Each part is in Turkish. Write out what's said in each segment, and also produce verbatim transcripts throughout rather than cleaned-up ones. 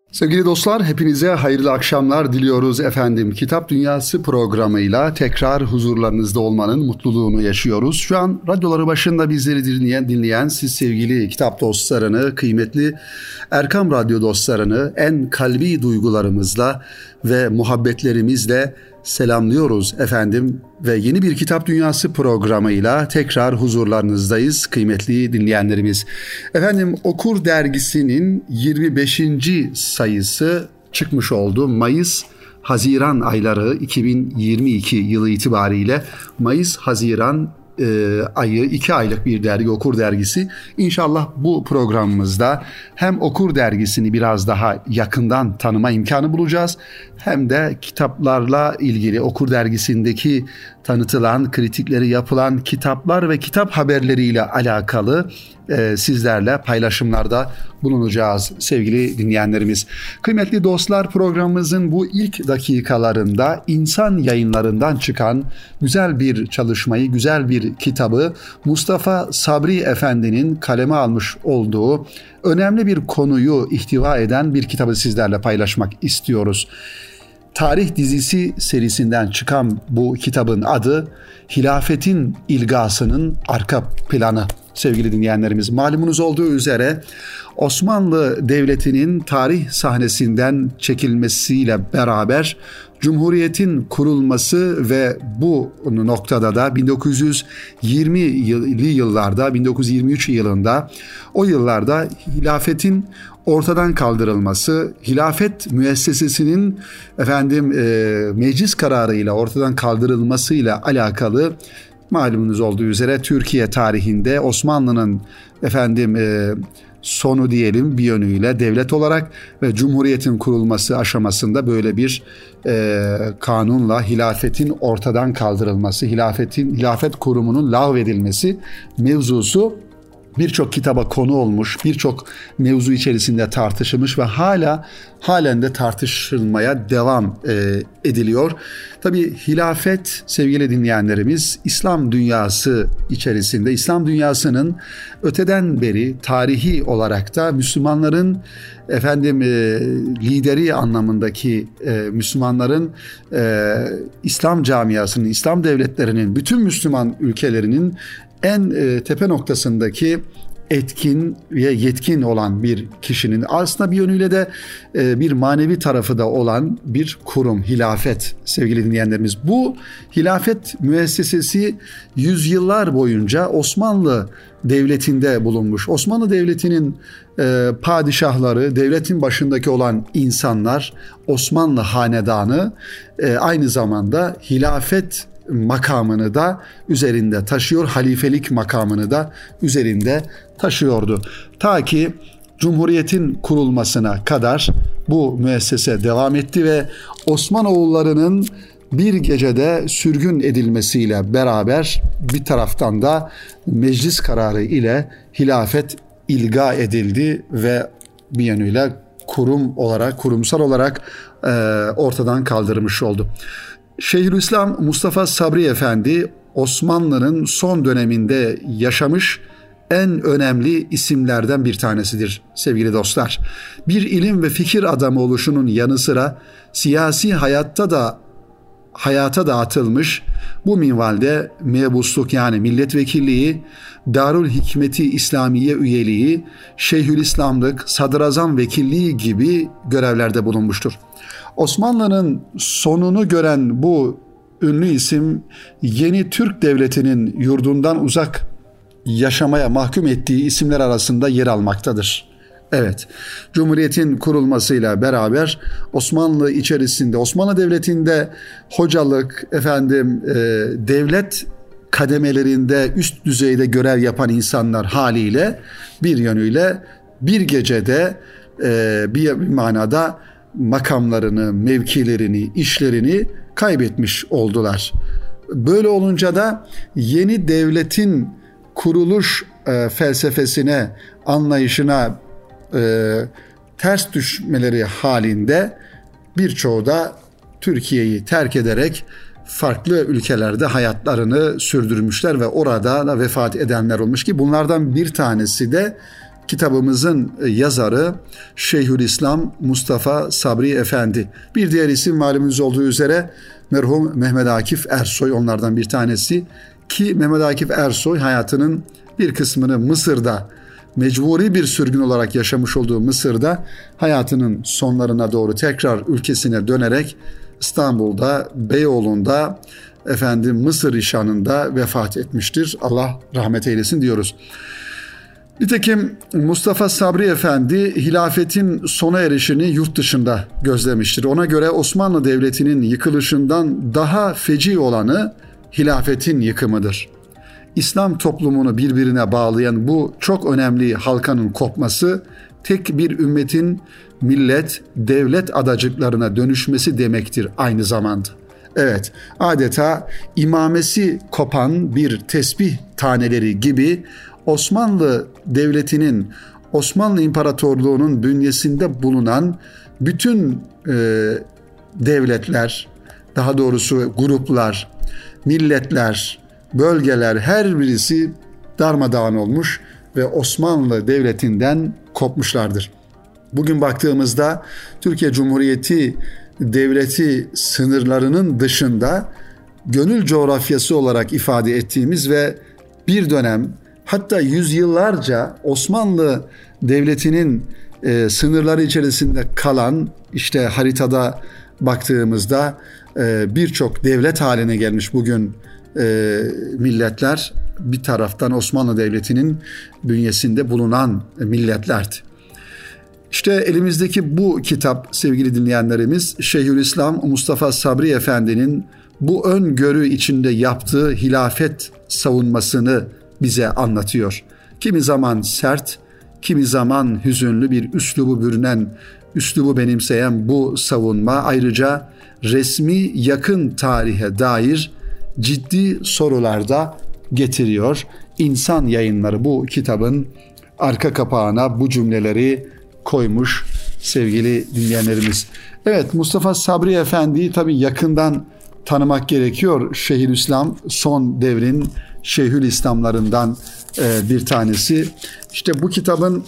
Sevgili dostlar, hepinize hayırlı akşamlar diliyoruz efendim. Kitap Dünyası programıyla tekrar huzurlarınızda olmanın mutluluğunu yaşıyoruz. Şu an radyoları başında bizleri dinleyen, dinleyen siz sevgili kitap dostlarını, kıymetli Erkam Radyo dostlarını en kalbi duygularımızla ve muhabbetlerimizle selamlıyoruz efendim ve yeni bir Kitap Dünyası programıyla tekrar huzurlarınızdayız kıymetli dinleyenlerimiz. Efendim Okur dergisinin yirmi beşinci sayısı çıkmış oldu. Mayıs-Haziran ayları iki bin yirmi iki yılı itibariyle Mayıs-Haziran E, ayı iki aylık bir dergi Okur dergisi. İnşallah bu programımızda hem Okur dergisini biraz daha yakından tanıma imkanı bulacağız hem de kitaplarla ilgili Okur dergisindeki tanıtılan, kritikleri yapılan kitaplar ve kitap haberleriyle alakalı e, sizlerle paylaşımlarda bulunacağız sevgili dinleyenlerimiz. Kıymetli dostlar, programımızın bu ilk dakikalarında İnsan Yayınlarından çıkan güzel bir çalışmayı, güzel bir kitabı Mustafa Sabri Efendi'nin kaleme almış olduğu önemli bir konuyu ihtiva eden bir kitabı sizlerle paylaşmak istiyoruz. Tarih dizisi serisinden çıkan bu kitabın adı Hilafetin İlgasının Arka Planı. Sevgili dinleyenlerimiz, malumunuz olduğu üzere Osmanlı Devleti'nin tarih sahnesinden çekilmesiyle beraber Cumhuriyet'in kurulması ve bu noktada da bin dokuz yüz yirmili yıllarda, bin dokuz yüz yirmi üç yılında o yıllarda hilafetin ortadan kaldırılması, hilafet müessesesinin efendim e, meclis kararıyla ortadan kaldırılmasıyla alakalı malumunuz olduğu üzere Türkiye tarihinde Osmanlı'nın efendim e, sonu diyelim bir yönüyle devlet olarak ve Cumhuriyet'in kurulması aşamasında böyle bir e, kanunla hilafetin ortadan kaldırılması, hilafetin hilafet kurumunun lağvedilmesi mevzusu birçok kitaba konu olmuş, birçok mevzu içerisinde tartışılmış ve hala halen de tartışılmaya devam e, ediliyor. Tabii hilafet sevgili dinleyenlerimiz İslam dünyası içerisinde, İslam dünyasının öteden beri tarihi olarak da Müslümanların efendim e, lideri anlamındaki e, Müslümanların e, İslam camiasının, İslam devletlerinin, bütün Müslüman ülkelerinin en e, tepe noktasındaki etkin ve yetkin olan bir kişinin aslında bir yönüyle de e, bir manevi tarafı da olan bir kurum, hilafet sevgili dinleyenlerimiz. Bu hilafet müessesesi yüzyıllar boyunca Osmanlı Devleti'nde bulunmuş. Osmanlı Devleti'nin e, padişahları, devletin başındaki olan insanlar, Osmanlı hanedanı e, aynı zamanda hilafet makamını da üzerinde taşıyor, halifelik makamını da üzerinde taşıyordu. Ta ki Cumhuriyet'in kurulmasına kadar bu müessese devam etti ve Osmanoğullarının bir gecede sürgün edilmesiyle beraber bir taraftan da meclis kararı ile hilafet ilga edildi ve bir yönüyle kurum olarak, kurumsal olarak e, ortadan kaldırılmış oldu. Şeyhülislam Mustafa Sabri Efendi Osmanlı'nın son döneminde yaşamış en önemli isimlerden bir tanesidir sevgili dostlar. Bir ilim ve fikir adamı oluşunun yanı sıra siyasi hayatta da hayata da atılmış, bu minvalde mebusluk yani milletvekilliği, Darül Hikmeti İslamiye üyeliği, Şeyhülislamlık, Sadrazam vekilliği gibi görevlerde bulunmuştur. Osmanlı'nın sonunu gören bu ünlü isim yeni Türk Devleti'nin yurdundan uzak yaşamaya mahkum ettiği isimler arasında yer almaktadır. Evet, Cumhuriyet'in kurulmasıyla beraber Osmanlı içerisinde, Osmanlı Devleti'nde hocalık, efendim e, devlet kademelerinde üst düzeyde görev yapan insanlar haliyle bir yönüyle bir gecede e, bir manada makamlarını, mevkilerini, işlerini kaybetmiş oldular. Böyle olunca da yeni devletin kuruluş e, felsefesine, anlayışına e, ters düşmeleri halinde birçoğu da Türkiye'yi terk ederek farklı ülkelerde hayatlarını sürdürmüşler ve orada da vefat edenler olmuş ki bunlardan bir tanesi de Kitabımızın yazarı Şeyhülislam Mustafa Sabri Efendi. Bir diğer isim malumunuz olduğu üzere merhum Mehmet Akif Ersoy, onlardan bir tanesi ki Mehmet Akif Ersoy hayatının bir kısmını Mısır'da, mecburi bir sürgün olarak yaşamış olduğu Mısır'da hayatının sonlarına doğru tekrar ülkesine dönerek İstanbul'da, Beyoğlu'nda, efendim Mısır İşhanı'nda vefat etmiştir. Allah rahmet eylesin diyoruz. Nitekim Mustafa Sabri Efendi hilafetin sona erişini yurt dışında gözlemiştir. Ona göre Osmanlı Devleti'nin yıkılışından daha feci olanı hilafetin yıkımıdır. İslam toplumunu birbirine bağlayan bu çok önemli halkanın kopması, tek bir ümmetin millet, devlet adacıklarına dönüşmesi demektir aynı zamanda. Evet, adeta imamesi kopan bir tesbih taneleri gibi Osmanlı Devleti'nin, Osmanlı İmparatorluğu'nun bünyesinde bulunan bütün e, devletler, daha doğrusu gruplar, milletler, bölgeler, her birisi darmadağın olmuş ve Osmanlı Devleti'nden kopmuşlardır. Bugün baktığımızda Türkiye Cumhuriyeti Devleti sınırlarının dışında gönül coğrafyası olarak ifade ettiğimiz ve bir dönem hatta yüzyıllarca Osmanlı Devleti'nin e, sınırları içerisinde kalan, işte haritada baktığımızda e, birçok devlet haline gelmiş bugün e, milletler bir taraftan Osmanlı Devleti'nin bünyesinde bulunan milletlerdi. İşte elimizdeki bu kitap sevgili dinleyenlerimiz Şeyhülislam Mustafa Sabri Efendi'nin bu öngörü içinde yaptığı hilafet savunmasını bize anlatıyor. Kimi zaman sert, kimi zaman hüzünlü bir üslubu bürünen, üslubu benimseyen bu savunma ayrıca resmi yakın tarihe dair ciddi sorular da getiriyor. İnsan Yayınları bu kitabın arka kapağına bu cümleleri koymuş sevgili dinleyenlerimiz. Evet, Mustafa Sabri Efendi'yi tabii yakından tanımak gerekiyor. Şeyhülislam son devrin Şeyhülislamlarından e, bir tanesi. İşte bu kitabın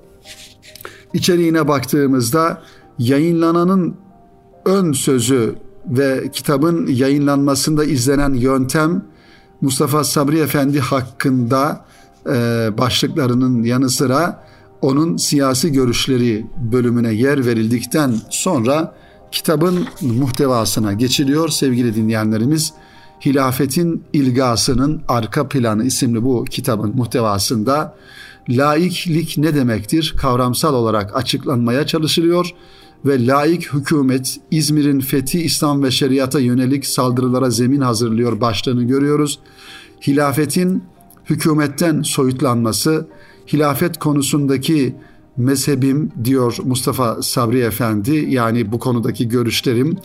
içeriğine baktığımızda yayınlananın ön sözü ve kitabın yayınlanmasında izlenen yöntem Mustafa Sabri Efendi hakkında e, başlıklarının yanı sıra onun siyasi görüşleri bölümüne yer verildikten sonra kitabın muhtevasına geçiliyor sevgili dinleyenlerimiz. Hilafetin İlgasının Arka Planı isimli bu kitabın muhtevasında laiklik ne demektir kavramsal olarak açıklanmaya çalışılıyor ve laik hükümet İzmir'in fethi İslam ve şeriata yönelik saldırılara zemin hazırlıyor başlığını görüyoruz. Hilafetin hükümetten soyutlanması, hilafet konusundaki mezhebim diyor Mustafa Sabri Efendi, yani bu konudaki görüşlerim,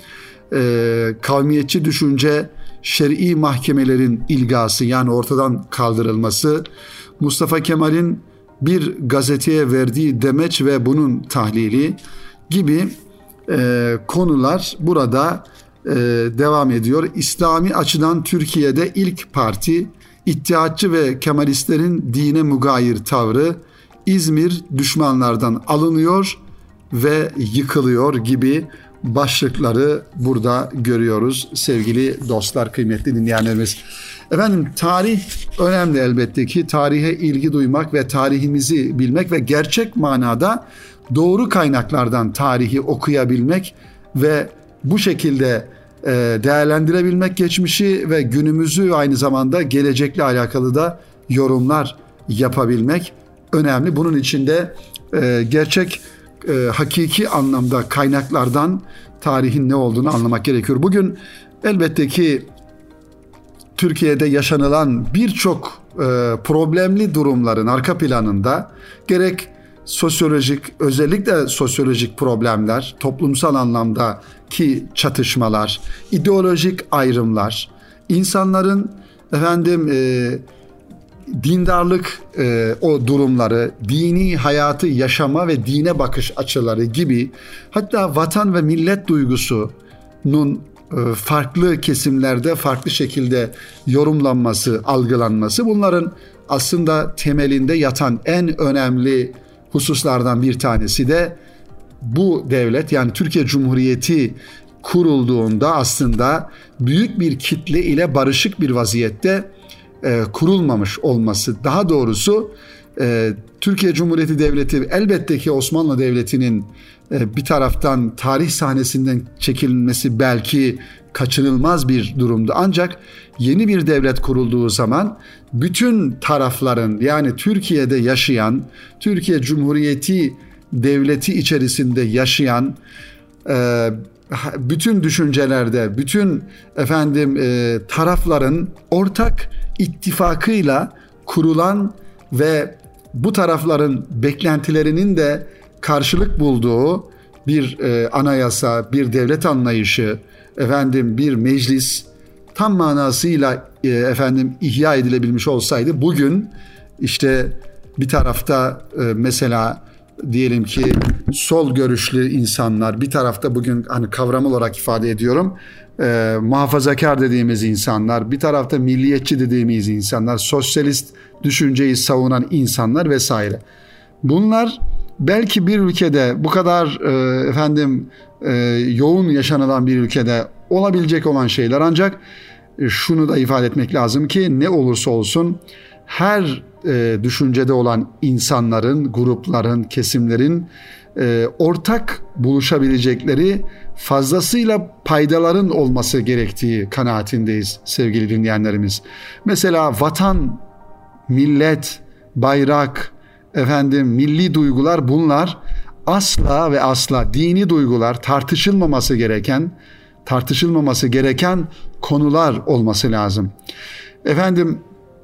e, kavmiyetçi düşünce, şer'i mahkemelerin ilgası yani ortadan kaldırılması, Mustafa Kemal'in bir gazeteye verdiği demeç ve bunun tahlili gibi e, konular burada e, devam ediyor. İslami açıdan Türkiye'de ilk parti, İttihatçı ve Kemalistlerin dine mugayir tavrı, İzmir düşmanlardan alınıyor ve yıkılıyor gibi başlıkları burada görüyoruz sevgili dostlar, kıymetli dinleyenlerimiz. Efendim, tarih önemli elbette ki. Tarihe ilgi duymak ve tarihimizi bilmek ve gerçek manada doğru kaynaklardan tarihi okuyabilmek ve bu şekilde değerlendirebilmek geçmişi ve günümüzü, aynı zamanda gelecekle alakalı da yorumlar yapabilmek önemli. Bunun için de gerçek, hakiki anlamda kaynaklardan tarihin ne olduğunu anlamak gerekiyor. Bugün elbette ki Türkiye'de yaşanılan birçok problemli durumların arka planında gerek sosyolojik, özellikle sosyolojik problemler, toplumsal anlamdaki çatışmalar, ideolojik ayrımlar, insanların efendim e, dindarlık e, o durumları, dini hayatı yaşama ve dine bakış açıları gibi, hatta vatan ve millet duygusunun e, farklı kesimlerde farklı şekilde yorumlanması, algılanması, bunların aslında temelinde yatan en önemli hususlardan bir tanesi de bu devlet, yani Türkiye Cumhuriyeti kurulduğunda aslında büyük bir kitle ile barışık bir vaziyette e, kurulmamış olması. Daha doğrusu e, Türkiye Cumhuriyeti Devleti elbette ki Osmanlı Devleti'nin e, bir taraftan tarih sahnesinden çekilmesi belki kaçınılmaz bir durumdu. Ancak yeni bir devlet kurulduğu zaman bütün tarafların, yani Türkiye'de yaşayan, Türkiye Cumhuriyeti Devleti içerisinde yaşayan e, bütün düşüncelerde, bütün efendim e, tarafların ortak ittifakıyla kurulan ve bu tarafların beklentilerinin de karşılık bulduğu bir e, anayasa, bir devlet anlayışı, efendim bir meclis tam manasıyla e, efendim ihya edilebilmiş olsaydı, bugün işte bir tarafta e, mesela diyelim ki sol görüşlü insanlar, bir tarafta bugün hani kavram olarak ifade ediyorum e, muhafazakar dediğimiz insanlar, bir tarafta milliyetçi dediğimiz insanlar, sosyalist düşünceyi savunan insanlar vesaire. Bunlar belki bir ülkede bu kadar e, efendim e, yoğun yaşanılan bir ülkede olabilecek olan şeyler, ancak e, şunu da ifade etmek lazım ki ne olursa olsun her e, düşüncede olan insanların, grupların, kesimlerin e, ortak buluşabilecekleri fazlasıyla paydaların olması gerektiği kanaatindeyiz sevgili dinleyenlerimiz. Mesela vatan, millet, bayrak, efendim milli duygular, bunlar asla ve asla dini duygular, tartışılmaması gereken, tartışılmaması gereken konular olması lazım. Efendim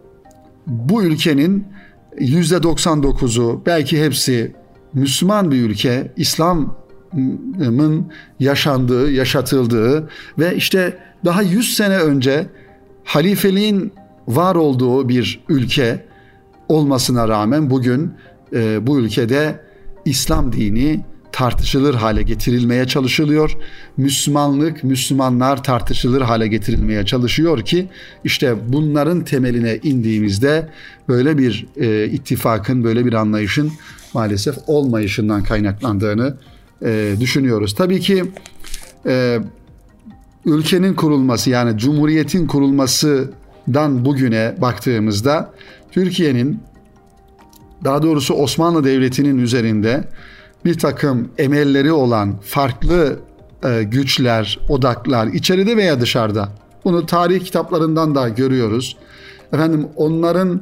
bu ülkenin yüzde doksan dokuzu, belki hepsi Müslüman bir ülke, İslam'ın yaşandığı, yaşatıldığı ve işte daha yüz sene önce halifeliğin var olduğu bir ülke olmasına rağmen bugün e, bu ülkede İslam dini tartışılır hale getirilmeye çalışılıyor. Müslümanlık, Müslümanlar tartışılır hale getirilmeye çalışıyor ki işte bunların temeline indiğimizde böyle bir e, ittifakın, böyle bir anlayışın maalesef olmayışından kaynaklandığını e, düşünüyoruz. Tabii ki e, ülkenin kurulması, yani Cumhuriyet'in kurulmasından bugüne baktığımızda Türkiye'nin, daha doğrusu Osmanlı Devleti'nin üzerinde bir takım emelleri olan farklı e, güçler, odaklar, içeride veya dışarıda. Bunu tarih kitaplarından da görüyoruz. Efendim onların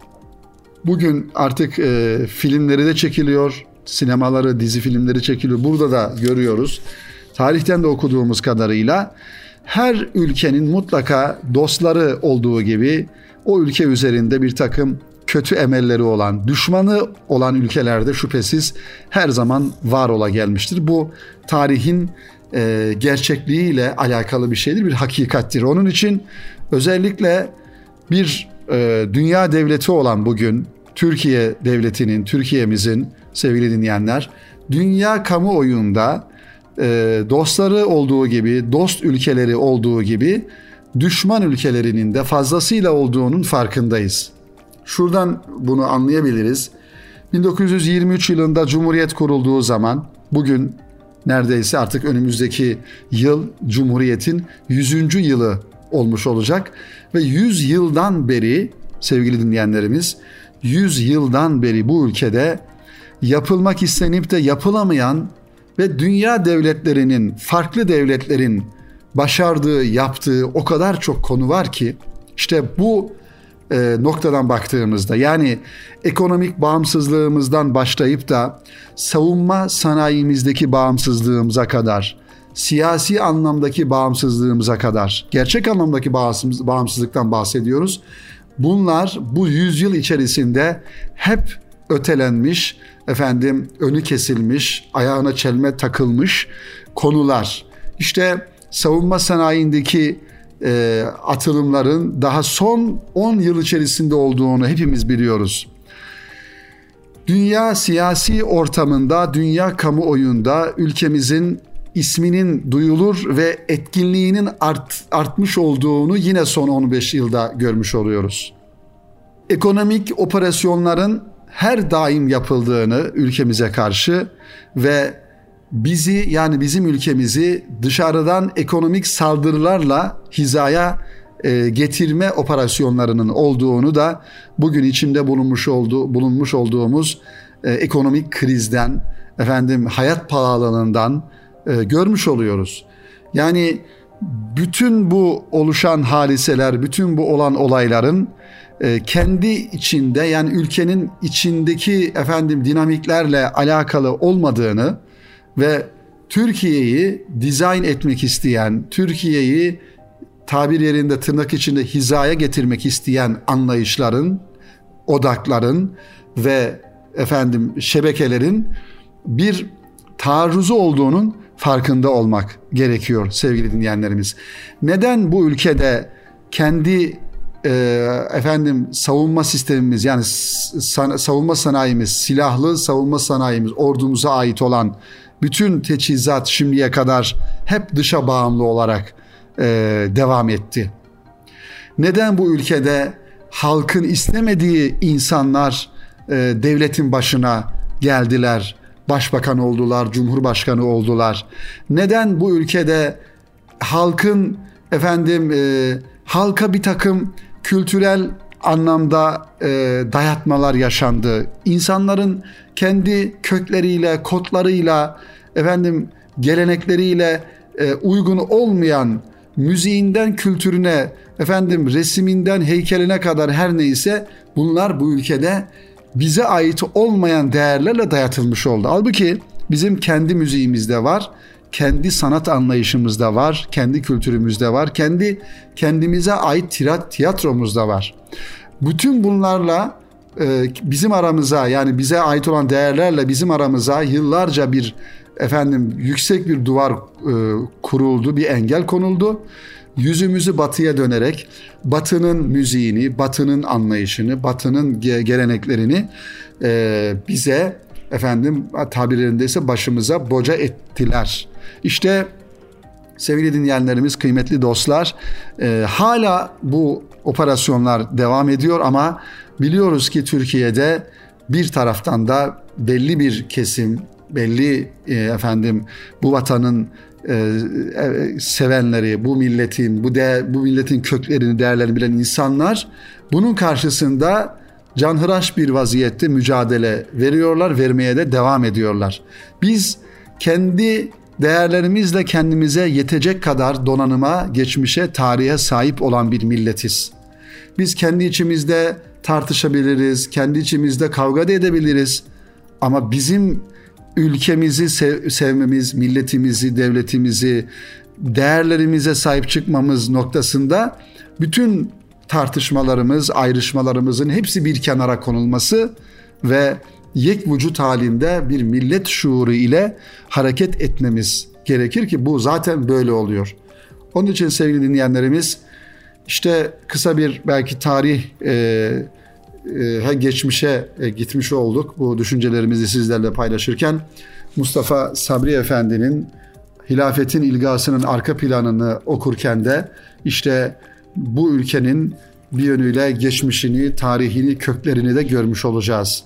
bugün artık e, filmleri de çekiliyor, sinemaları, dizi filmleri çekiliyor. Burada da görüyoruz. Tarihten de okuduğumuz kadarıyla her ülkenin mutlaka dostları olduğu gibi o ülke üzerinde bir takım kötü emelleri olan, düşmanı olan ülkelerde şüphesiz her zaman var ola gelmiştir. Bu tarihin e, gerçekliğiyle alakalı bir şeydir, bir hakikattir. Onun için özellikle bir e, dünya devleti olan bugün Türkiye devletinin, Türkiye'mizin sevgili dinleyenler, dünya kamuoyunda e, dostları olduğu gibi, dost ülkeleri olduğu gibi düşman ülkelerinin de fazlasıyla olduğunun farkındayız. Şuradan bunu anlayabiliriz. bin dokuz yüz yirmi üç yılında Cumhuriyet kurulduğu zaman, bugün neredeyse artık önümüzdeki yıl Cumhuriyet'in yüzüncü yılı olmuş olacak ve yüz yıldan beri sevgili dinleyenlerimiz, yüz yıldan beri bu ülkede yapılmak istenip de yapılamayan ve dünya devletlerinin, farklı devletlerin başardığı, yaptığı o kadar çok konu var ki işte bu e, noktadan baktığımızda, yani ekonomik bağımsızlığımızdan başlayıp da savunma sanayimizdeki bağımsızlığımıza kadar, siyasi anlamdaki bağımsızlığımıza kadar, gerçek anlamdaki bağımsız, bağımsızlıktan bahsediyoruz. Bunlar bu yüzyıl içerisinde hep ötelenmiş, efendim önü kesilmiş, ayağına çelme takılmış konular. İşte savunma sanayindeki e, atılımların daha son on yıl içerisinde olduğunu hepimiz biliyoruz. Dünya siyasi ortamında, dünya kamuoyunda ülkemizin isminin duyulur ve etkinliğinin art, artmış olduğunu yine son on beş yılda görmüş oluyoruz. Ekonomik operasyonların her daim yapıldığını ülkemize karşı ve bizi, yani bizim ülkemizi dışarıdan ekonomik saldırılarla hizaya e, getirme operasyonlarının olduğunu da bugün içinde bulunmuş olduğu bulunmuş olduğumuz e, ekonomik krizden, efendim hayat pahalılığından e, görmüş oluyoruz. Yani bütün bu oluşan hadiseler, bütün bu olan olayların e, kendi içinde, yani ülkenin içindeki efendim dinamiklerle alakalı olmadığını ve Türkiye'yi dizayn etmek isteyen, Türkiye'yi tabir yerinde tırnak içinde hizaya getirmek isteyen anlayışların, odakların ve efendim şebekelerin bir taarruzu olduğunun farkında olmak gerekiyor sevgili dinleyenlerimiz. Neden bu ülkede kendi e, efendim savunma sistemimiz, yani san, savunma sanayimiz, silahlı savunma sanayimiz, ordumuza ait olan bütün teçhizat şimdiye kadar hep dışa bağımlı olarak e, devam etti? Neden bu ülkede halkın istemediği insanlar e, devletin başına geldiler, başbakan oldular, cumhurbaşkanı oldular? Neden bu ülkede halkın efendim e, halka bir takım kültürel anlamda e, dayatmalar yaşandı? İnsanların kendi kökleriyle, kodlarıyla, efendim gelenekleriyle e, uygun olmayan müziğinden kültürüne, efendim resiminden heykeline kadar her neyse bunlar bu ülkede bize ait olmayan değerlerle dayatılmış oldu. Halbuki bizim kendi müziğimizde var, kendi sanat anlayışımızda var, kendi kültürümüzde var, kendi kendimize ait tiyatromuzda var. Bütün bunlarla e, bizim aramıza, yani bize ait olan değerlerle bizim aramıza yıllarca bir efendim yüksek bir duvar e, kuruldu, bir engel konuldu. Yüzümüzü batıya dönerek batının müziğini, batının anlayışını, batının geleneklerini e, bize efendim tabirlerindeyse başımıza boca ettiler. İşte sevgili dinleyenlerimiz, kıymetli dostlar, e, hala bu operasyonlar devam ediyor ama biliyoruz ki Türkiye'de bir taraftan da belli bir kesim, belli e, efendim bu vatanın e, sevenleri, bu milletin, bu de, bu milletin köklerini, değerlerini bilen insanlar bunun karşısında canhıraş bir vaziyette mücadele veriyorlar, vermeye de devam ediyorlar. Biz kendi değerlerimizle kendimize yetecek kadar donanıma, geçmişe, tarihe sahip olan bir milletiz. Biz kendi içimizde tartışabiliriz, kendi içimizde kavga da edebiliriz. Ama bizim ülkemizi sev- sevmemiz, milletimizi, devletimizi, değerlerimize sahip çıkmamız noktasında bütün tartışmalarımız, ayrışmalarımızın hepsi bir kenara konulması ve yek vücut halinde bir millet şuuru ile hareket etmemiz gerekir ki bu zaten böyle oluyor. Onun için sevgili dinleyenlerimiz, işte kısa bir belki tarih e, e, geçmişe e, gitmiş olduk bu düşüncelerimizi sizlerle paylaşırken. Mustafa Sabri Efendi'nin Hilafetin İlgası'nın arka planını okurken de işte bu ülkenin bir yönüyle geçmişini, tarihini, köklerini de görmüş olacağız.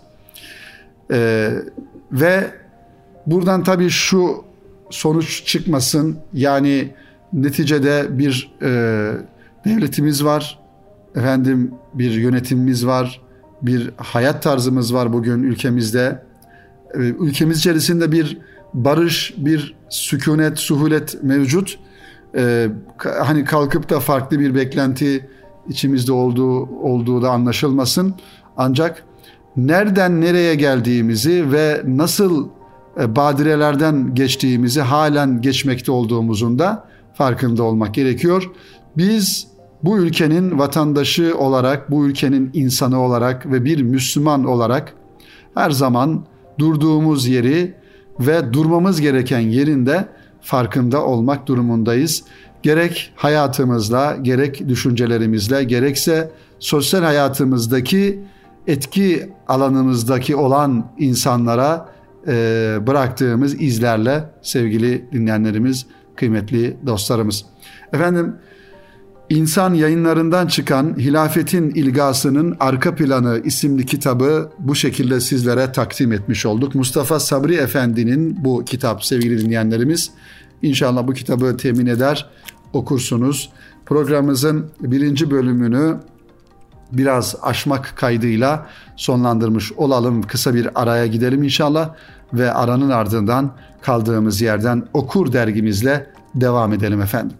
Ee, ve buradan tabii şu sonuç çıkmasın, yani neticede bir e, devletimiz var, efendim bir yönetimimiz var, bir hayat tarzımız var bugün ülkemizde. Ee, ülkemiz içerisinde bir barış, bir sükunet, suhulet mevcut. Ee, hani kalkıp da farklı bir beklenti içimizde olduğu olduğu da anlaşılmasın. Ancak nereden nereye geldiğimizi ve nasıl badirelerden geçtiğimizi, halen geçmekte olduğumuzun da farkında olmak gerekiyor. Biz bu ülkenin vatandaşı olarak, bu ülkenin insanı olarak ve bir Müslüman olarak her zaman durduğumuz yeri ve durmamız gereken yerinde farkında olmak durumundayız. Gerek hayatımızla, gerek düşüncelerimizle, gerekse sosyal hayatımızdaki etki alanımızdaki olan insanlara e, bıraktığımız izlerle sevgili dinleyenlerimiz, kıymetli dostlarımız. Efendim, İnsan Yayınlarından çıkan Hilafetin İlgası'nın Arka Planı isimli kitabı bu şekilde sizlere takdim etmiş olduk. Mustafa Sabri Efendi'nin bu kitap sevgili dinleyenlerimiz. İnşallah bu kitabı temin eder, okursunuz. Programımızın birinci bölümünü biraz aşmak kaydıyla sonlandırmış olalım. Kısa bir araya gidelim inşallah ve aranın ardından kaldığımız yerden Okur dergimizle devam edelim efendim.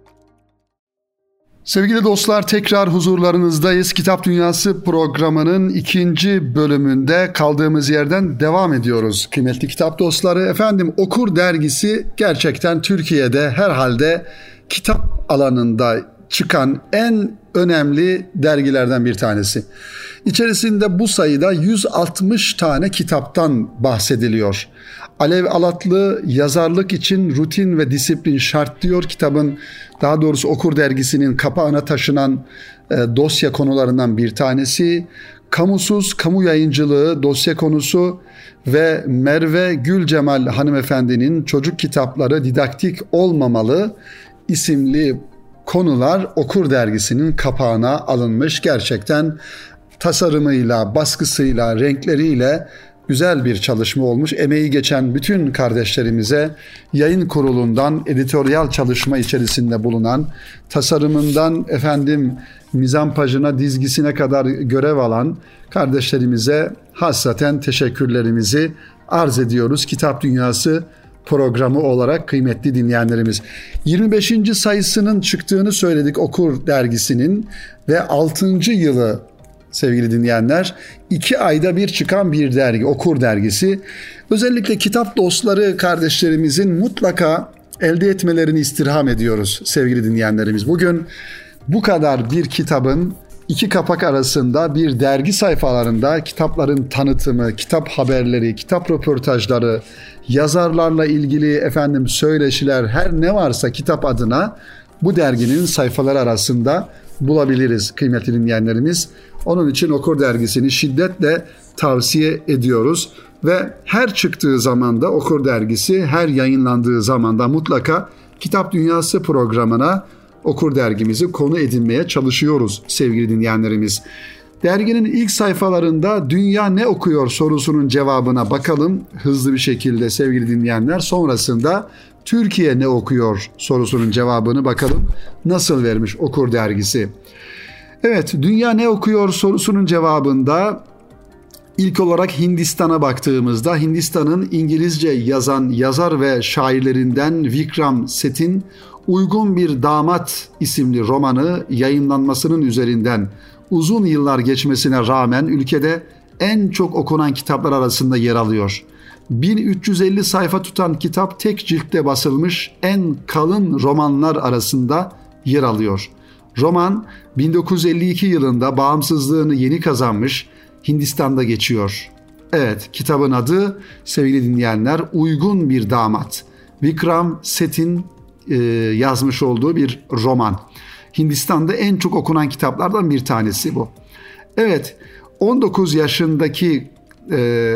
Sevgili dostlar, tekrar huzurlarınızdayız. Kitap Dünyası programının ikinci bölümünde kaldığımız yerden devam ediyoruz. Kıymetli kitap dostları, efendim Okur dergisi gerçekten Türkiye'de herhalde kitap alanında çıkan en önemli dergilerden bir tanesi. İçerisinde bu sayıda yüz altmış tane kitaptan bahsediliyor. Alev Alatlı yazarlık için rutin ve disiplin şart diyor. Kitabın, daha doğrusu Okur dergisinin kapağına taşınan e, dosya konularından bir tanesi. Kamusuz kamu yayıncılığı dosya konusu ve Merve Gülcemal hanımefendinin Çocuk Kitapları Didaktik Olmamalı isimli konular Okur dergisinin kapağına alınmış. Gerçekten tasarımıyla, baskısıyla, renkleriyle güzel bir çalışma olmuş. Emeği geçen bütün kardeşlerimize, yayın kurulundan editoryal çalışma içerisinde bulunan, tasarımından efendim mizampajına, dizgisine kadar görev alan kardeşlerimize hassaten teşekkürlerimizi arz ediyoruz. Kitap Dünyası programı olarak kıymetli dinleyenlerimiz. yirmi beşinci sayısının çıktığını söyledik Okur dergisinin ve altıncı yılı sevgili dinleyenler, iki ayda bir çıkan bir dergi, Okur dergisi. Özellikle kitap dostları kardeşlerimizin mutlaka elde etmelerini istirham ediyoruz sevgili dinleyenlerimiz. Bugün bu kadar bir kitabın iki kapak arasında bir dergi sayfalarında kitapların tanıtımı, kitap haberleri, kitap röportajları, yazarlarla ilgili efendim söyleşiler, her ne varsa kitap adına bu derginin sayfaları arasında bulabiliriz kıymetli dinleyenlerimiz. Onun için Okur dergisini şiddetle tavsiye ediyoruz ve her çıktığı zamanda Okur dergisi, her yayınlandığı zamanda mutlaka Kitap Dünyası programına Okur dergimizi konu edinmeye çalışıyoruz sevgili dinleyenlerimiz. Derginin ilk sayfalarında dünya ne okuyor sorusunun cevabına bakalım hızlı bir şekilde sevgili dinleyenler. Sonrasında Türkiye ne okuyor sorusunun cevabını bakalım nasıl vermiş Okur dergisi. Evet, dünya ne okuyor sorusunun cevabında ilk olarak Hindistan'a baktığımızda Hindistan'ın İngilizce yazan yazar ve şairlerinden Vikram Seth'in Uygun Bir Damat isimli romanı yayınlanmasının üzerinden uzun yıllar geçmesine rağmen ülkede en çok okunan kitaplar arasında yer alıyor. bin üç yüz elli sayfa tutan kitap tek ciltte basılmış en kalın romanlar arasında yer alıyor. Roman bin dokuz yüz elli iki yılında bağımsızlığını yeni kazanmış Hindistan'da geçiyor. Evet, kitabın adı sevgili dinleyenler Uygun Bir Damat. Vikram Seth'in e, yazmış olduğu bir roman. Hindistan'da en çok okunan kitaplardan bir tanesi bu. Evet, on dokuz yaşındaki e,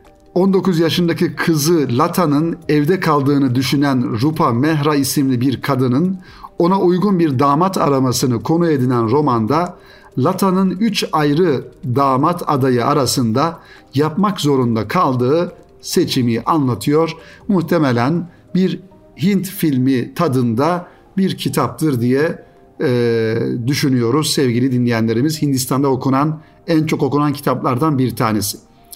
on dokuz yaşındaki kızı Lata'nın evde kaldığını düşünen Rupa Mehra isimli bir kadının ona uygun bir damat aramasını konu edinen romanda Lata'nın üç ayrı damat adayı arasında yapmak zorunda kaldığı seçimi anlatıyor. Muhtemelen bir Hint filmi tadında bir kitaptır diye e, düşünüyoruz sevgili dinleyenlerimiz. Hindistan'da okunan, en çok okunan kitaplardan bir tanesi.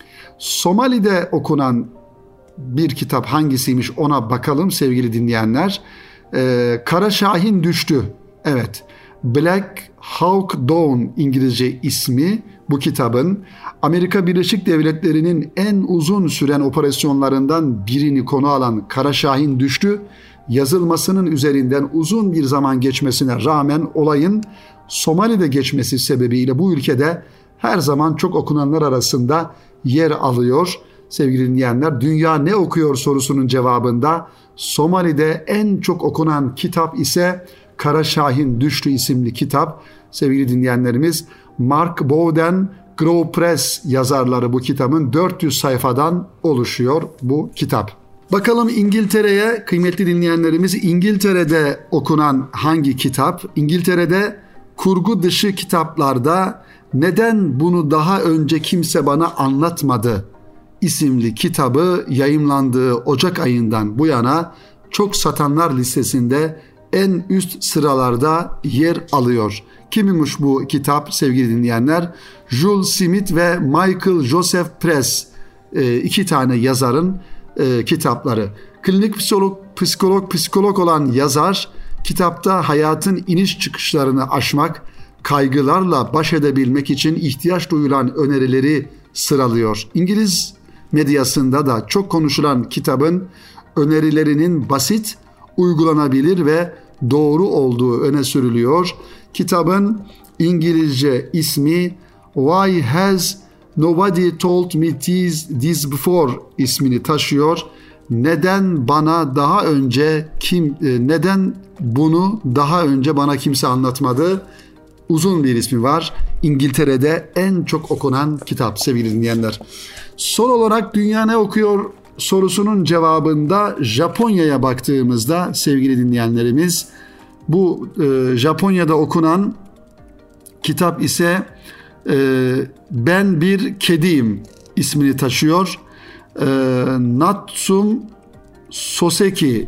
Somali'de okunan bir kitap hangisiymiş ona bakalım sevgili dinleyenler. Ee, Kara Şahin Düştü. Evet. Black Hawk Down İngilizce ismi bu kitabın. Amerika Birleşik Devletleri'nin en uzun süren operasyonlarından birini konu alan Kara Şahin Düştü, yazılmasının üzerinden uzun bir zaman geçmesine rağmen olayın Somali'de geçmesi sebebiyle bu ülkede her zaman çok okunanlar arasında yer alıyor. Sevgili dinleyenler, dünya ne okuyor sorusunun cevabında Somali'de en çok okunan kitap ise Kara Şahin Düştü isimli kitap. Sevgili dinleyenlerimiz, Mark Bowden, Grove Press yazarları bu kitabın dört yüz sayfadan oluşuyor bu kitap. Bakalım İngiltere'ye, kıymetli dinleyenlerimiz, İngiltere'de okunan hangi kitap? İngiltere'de kurgu dışı kitaplarda "Neden bunu daha önce kimse bana anlatmadı" isimli kitabı yayımlandığı Ocak ayından bu yana çok satanlar listesinde en üst sıralarda yer alıyor. Kimmiş bu kitap sevgili dinleyenler? Jules Smith ve Michael Joseph Press, iki tane yazarın kitapları. Klinik psikolog, psikolog, psikolog olan yazar kitapta hayatın iniş çıkışlarını aşmak, kaygılarla baş edebilmek için ihtiyaç duyulan önerileri sıralıyor. İngiliz medyasında da çok konuşulan kitabın önerilerinin basit, uygulanabilir ve doğru olduğu öne sürülüyor. Kitabın İngilizce ismi Why Has Nobody Told Me This, this Before ismini taşıyor. Neden bana daha önce kim neden bunu daha önce bana kimse anlatmadı? Uzun bir ismi var. İngiltere'de en çok okunan kitap sevgili dinleyenler. Son olarak dünya ne okuyor sorusunun cevabında Japonya'ya baktığımızda sevgili dinleyenlerimiz, bu e, Japonya'da okunan kitap ise e, Ben Bir Kediyim ismini taşıyor. E, Natsum Soseki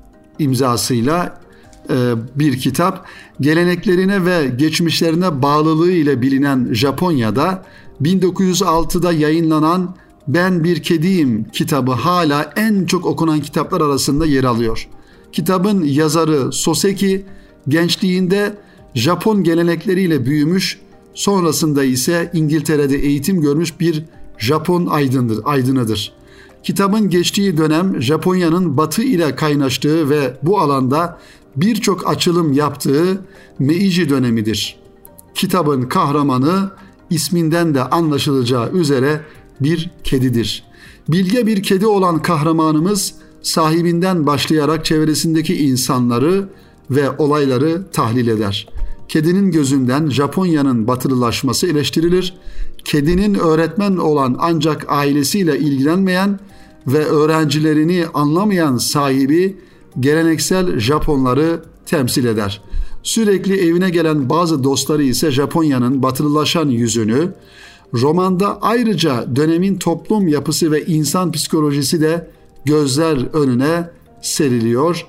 imzasıyla e, bir kitap. Geleneklerine ve geçmişlerine bağlılığı ile bilinen Japonya'da bin dokuz yüz altıda yayınlanan Ben Bir Kediyim kitabı hala en çok okunan kitaplar arasında yer alıyor. Kitabın yazarı Soseki gençliğinde Japon gelenekleriyle büyümüş, sonrasında ise İngiltere'de eğitim görmüş bir Japon aydındır, aydınıdır. Kitabın geçtiği dönem Japonya'nın Batı ile kaynaştığı ve bu alanda birçok açılım yaptığı Meiji dönemidir. Kitabın kahramanı isminden de anlaşılacağı üzere bir kedidir. Bilge bir kedi olan kahramanımız sahibinden başlayarak çevresindeki insanları ve olayları tahlil eder. Kedinin gözünden Japonya'nın batılılaşması eleştirilir. Kedinin öğretmen olan ancak ailesiyle ilgilenmeyen ve öğrencilerini anlamayan sahibi geleneksel Japonları temsil eder. Sürekli evine gelen bazı dostları ise Japonya'nın batılılaşan yüzünü, romanda ayrıca dönemin toplum yapısı ve insan psikolojisi de gözler önüne seriliyor.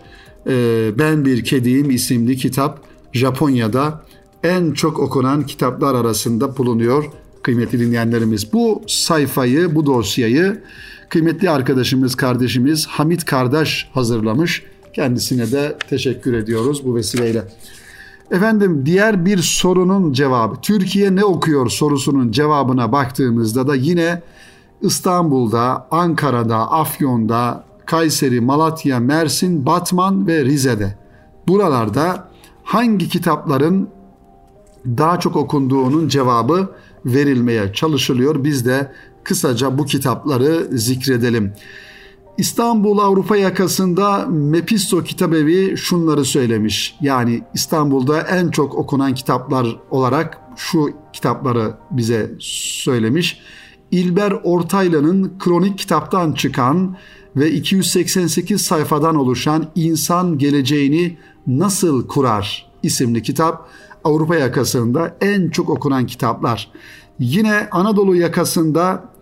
Ben Bir Kediyim isimli kitap Japonya'da en çok okunan kitaplar arasında bulunuyor kıymetli dinleyenlerimiz. Bu sayfayı, bu dosyayı kıymetli arkadaşımız, kardeşimiz Hamit Kardeş hazırlamış. Kendisine de teşekkür ediyoruz bu vesileyle. Efendim, diğer bir sorunun cevabı, Türkiye ne okuyor sorusunun cevabına baktığımızda da yine İstanbul'da, Ankara'da, Afyon'da, Kayseri, Malatya, Mersin, Batman ve Rize'de, buralarda hangi kitapların daha çok okunduğunun cevabı verilmeye çalışılıyor. Biz de kısaca bu kitapları zikredelim. İstanbul Avrupa yakasında Mephisto Kitabevi şunları söylemiş. Yani İstanbul'da en çok okunan kitaplar olarak şu kitapları bize söylemiş. İlber Ortaylı'nın kronik kitaptan çıkan ve iki yüz seksen sekiz sayfadan oluşan İnsan Geleceğini Nasıl Kurar isimli kitap Avrupa yakasında en çok okunan kitaplar. Yine Anadolu yakasında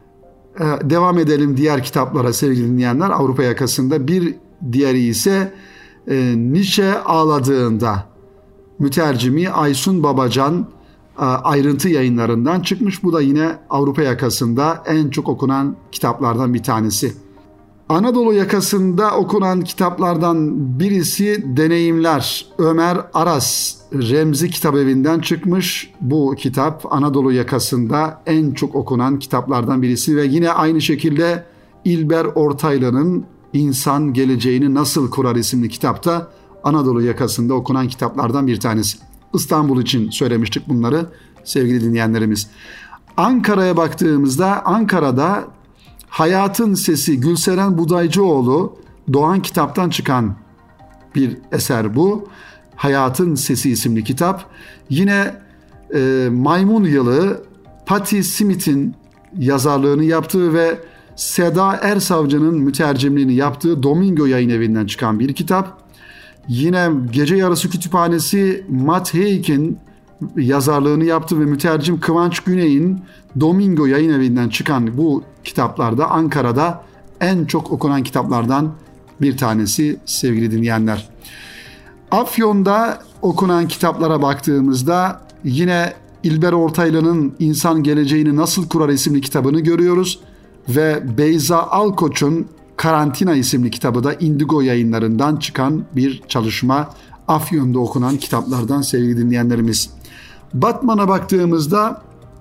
devam edelim diğer kitaplara sevgili dinleyenler. Avrupa yakasında bir diğeri ise e, Nietzsche Ağladığında, mütercimi Aysun Babacan e, ayrıntı yayınlarından çıkmış. Bu da yine Avrupa yakasında en çok okunan kitaplardan bir tanesi. Anadolu yakasında okunan kitaplardan birisi Deneyimler. Ömer Aras Remzi Kitabevi'nden çıkmış. Bu kitap Anadolu yakasında en çok okunan kitaplardan birisi ve yine aynı şekilde İlber Ortaylı'nın İnsan Geleceğini Nasıl Kurar isimli kitapta Anadolu yakasında okunan kitaplardan bir tanesi. İstanbul için söylemiştik bunları sevgili dinleyenlerimiz. Ankara'ya baktığımızda Ankara'da Hayatın Sesi Gülseren Budaycıoğlu Doğan Kitap'tan çıkan bir eser bu. Hayatın Sesi isimli kitap. Yine e, Maymun Yılı Patti Smith'in yazarlığını yaptığı ve Seda Ersavcı'nın mütercimliğini yaptığı Domingo Yayın Evi'nden çıkan bir kitap. Yine Gece Yarısı Kütüphanesi Matt Haig'in yazarlığını yaptı ve mütercim Kıvanç Güney'in Domingo Yayın Evi'nden çıkan bu kitaplarda Ankara'da en çok okunan kitaplardan bir tanesi sevgili dinleyenler. Afyon'da okunan kitaplara baktığımızda yine İlber Ortaylı'nın İnsan Geleceğini Nasıl Kurar isimli kitabını görüyoruz ve Beyza Alkoç'un Karantina isimli kitabı da Indigo Yayınlarından çıkan bir çalışma. Afyon'da okunan kitaplardan sevgili dinleyenlerimiz. Batman'a baktığımızda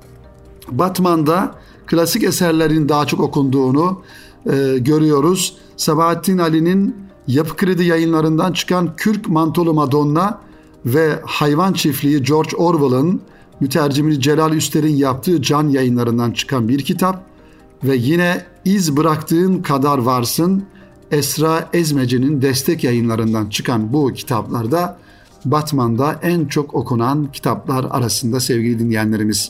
Batman'da klasik eserlerin daha çok okunduğunu e, görüyoruz. Sabahattin Ali'nin Yapı Kredi Yayınlarından çıkan Kürk Mantolu Madonna ve Hayvan Çiftliği George Orwell'ın mütercimini Celal Üster'in yaptığı Can Yayınlarından çıkan bir kitap ve yine İz Bıraktığın Kadar Varsın Esra Ezmeci'nin Destek Yayınlarından çıkan bu kitaplarda Batman'da en çok okunan kitaplar arasında sevgili dinleyenlerimiz.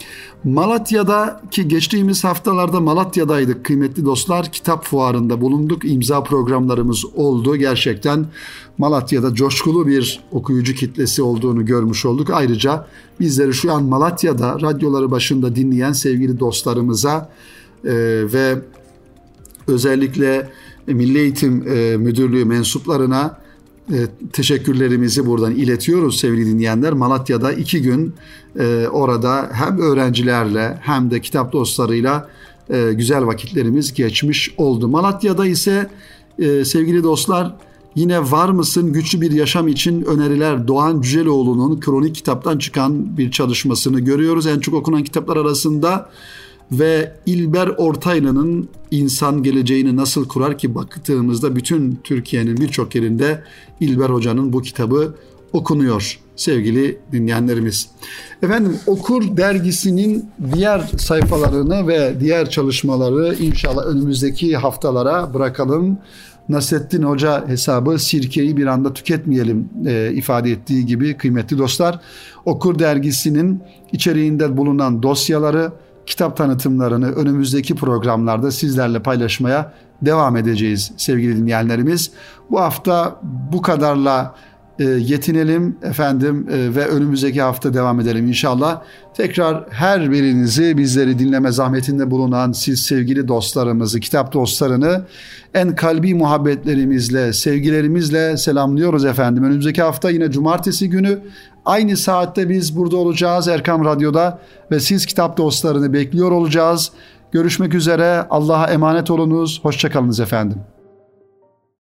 Malatya'daki geçtiğimiz haftalarda Malatya'daydık kıymetli dostlar. Kitap fuarında bulunduk. İmza programlarımız oldu. Gerçekten Malatya'da coşkulu bir okuyucu kitlesi olduğunu görmüş olduk. Ayrıca bizleri şu an Malatya'da radyoları başında dinleyen sevgili dostlarımıza e, ve özellikle Milli Eğitim e, Müdürlüğü mensuplarına E, teşekkürlerimizi buradan iletiyoruz sevgili dinleyenler. Malatya'da iki gün e, orada hem öğrencilerle hem de kitap dostlarıyla e, güzel vakitlerimiz geçmiş oldu. Malatya'da ise e, sevgili dostlar yine Var mısın güçlü bir yaşam için öneriler Doğan Cüceloğlu'nun kronik kitaptan çıkan bir çalışmasını görüyoruz. En çok okunan kitaplar arasında ve İlber Ortaylı'nın İnsan Geleceğini Nasıl Kurar ki baktığımızda bütün Türkiye'nin birçok yerinde İlber Hoca'nın bu kitabı okunuyor sevgili dinleyenlerimiz. Efendim Okur dergisinin diğer sayfalarını ve diğer çalışmaları inşallah önümüzdeki haftalara bırakalım. Nasrettin Hoca hesabı sirkeyi bir anda tüketmeyelim e, ifade ettiği gibi kıymetli dostlar. Okur dergisinin içeriğinde bulunan dosyaları, kitap tanıtımlarını önümüzdeki programlarda sizlerle paylaşmaya devam edeceğiz sevgili dinleyenlerimiz. Bu hafta bu kadarla e, yetinelim efendim e, ve önümüzdeki hafta devam edelim inşallah. Tekrar her birinizi bizleri dinleme zahmetinde bulunan siz sevgili dostlarımızı, kitap dostlarını en kalbi muhabbetlerimizle, sevgilerimizle selamlıyoruz efendim. Önümüzdeki hafta yine cumartesi günü aynı saatte biz burada olacağız Erkam Radyo'da ve siz kitap dostlarını bekliyor olacağız. Görüşmek üzere. Allah'a emanet olunuz. Hoşça kalınız efendim.